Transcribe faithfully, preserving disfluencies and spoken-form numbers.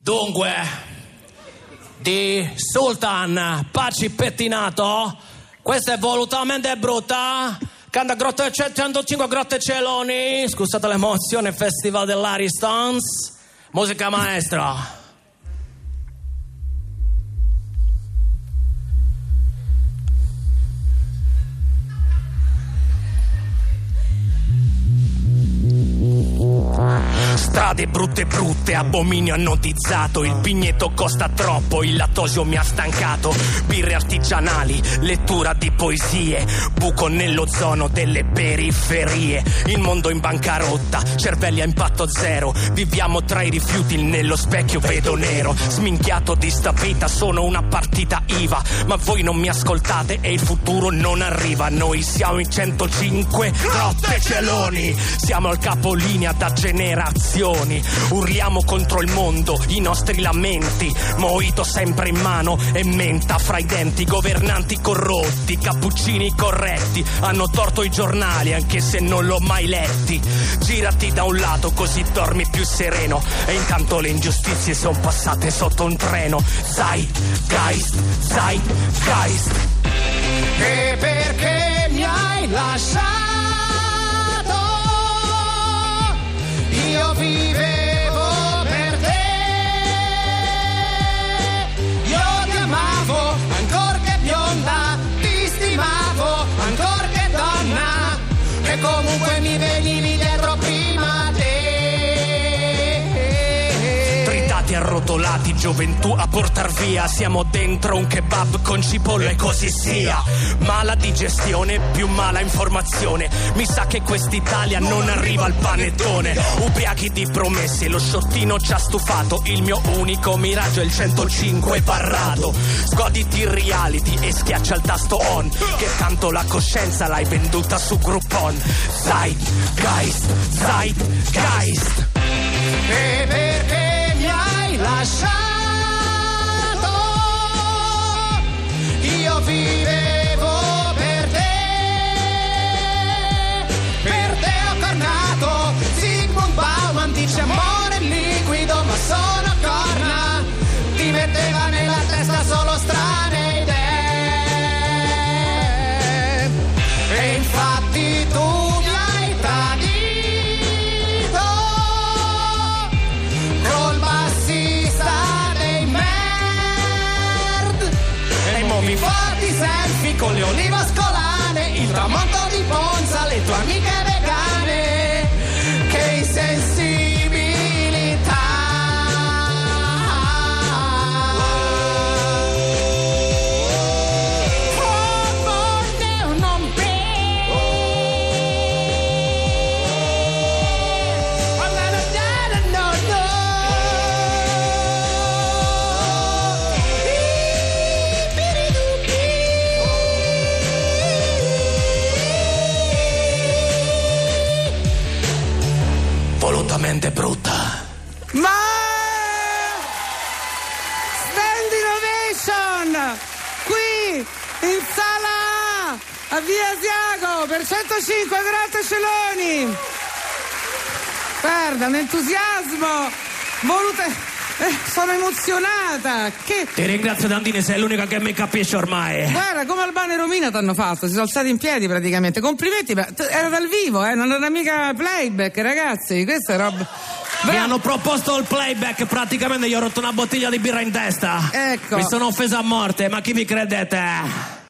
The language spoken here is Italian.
Dunque, di Sultan Paci Pettinato, questa è volutamente brutta. Canta Grotte centocinque Grotte Celoni. Scusate l'emozione, Festival dell'Aristons. Musica maestra. Strade brutte brutte, abominio annotizzato. Il pigneto costa troppo, il lattosio mi ha stancato. Birre artigianali, lettura di poesie. Buco nell'ozono delle periferie. Il mondo in bancarotta, cervelli a impatto zero. Viviamo tra i rifiuti, nello specchio vedo nero. Sminchiato di sta vita, sono una partita I V A. Ma voi non mi ascoltate e il futuro non arriva. Noi siamo i centocinque Grotte Celoni. Siamo al capolinea da generazioni. Urliamo contro il mondo, i nostri lamenti. Mojito sempre in mano e menta fra i denti. Governanti corrotti, cappuccini corretti. Hanno torto i giornali anche se non l'ho mai letti. Girati da un lato così dormi più sereno. E intanto le ingiustizie sono passate sotto un treno. Zeitgeist, Zeitgeist. E perché mi hai lasciato? Io vivevo per te, io ti amavo, ancor che bionda, ti stimavo, ancor che donna, e comunque mi venivi dietro prima te. Tritati arrotolati, gioventù a portar via. Siamo dentro un kebab con cipolla e così sia. Mala digestione, più mala informazione. Mi sa che quest'Italia non arriva al panettone. Ubriachi di promesse, lo sciottino ci ha stufato. Il mio unico miraggio è il centocinque barrato. Goditi il reality e schiaccia il tasto on, che tanto la coscienza l'hai venduta su Groupon. Zeitgeist, Zeitgeist. E perché mi hai lasciato? Io vivevo per te, per te ho carnato. Sigmund Bauman dice amore liquido, ma sono corna. Ti metteva nella testa solo strane idee. E infatti tu mi hai tradito col bassista dei Merd. E mo mi fatti selfie con le olive ascolane, il tramonto di Ponza, le tue amiche vegane. Che insensibilità. Oh, Borneo non be. Oh, no, no, no, no. Volutamente brutta. Ma Stand Innovation qui in sala A a Via Asiago per centocinque Grotte Celoni. Guarda, un entusiasmo voluto. Eh, sono emozionata. Che Ti ringrazio Dandini, sei l'unica che mi capisce ormai. Guarda, come Albano e Romina t'hanno fatto, si sono alzati in piedi praticamente. Complimenti, ma t- era dal vivo, eh, non era mica playback, ragazzi. Questa è roba. Mi hanno proposto il playback, praticamente gli ho rotto una bottiglia di birra in testa. Ecco. Mi sono offesa a morte, ma chi vi credete?